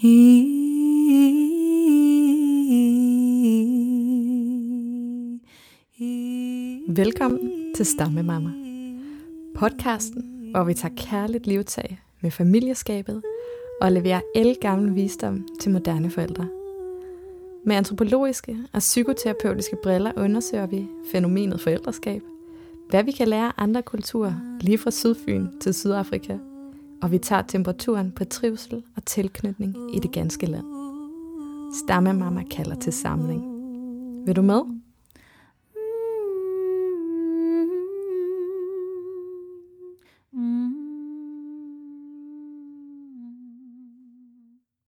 Velkommen til Stammemamma, podcasten, hvor vi tager kærligt livtag med familieskabet og leverer ældgammel visdom til moderne forældre. Med antropologiske og psykoterapeutiske briller undersøger vi fænomenet forældreskab, hvad vi kan lære af andre kulturer, lige fra Sydfyn til Sydafrika, og vi tager temperaturen på trivsel og tilknytning i det ganske land. Stammemamma kalder til samling. Vil du med?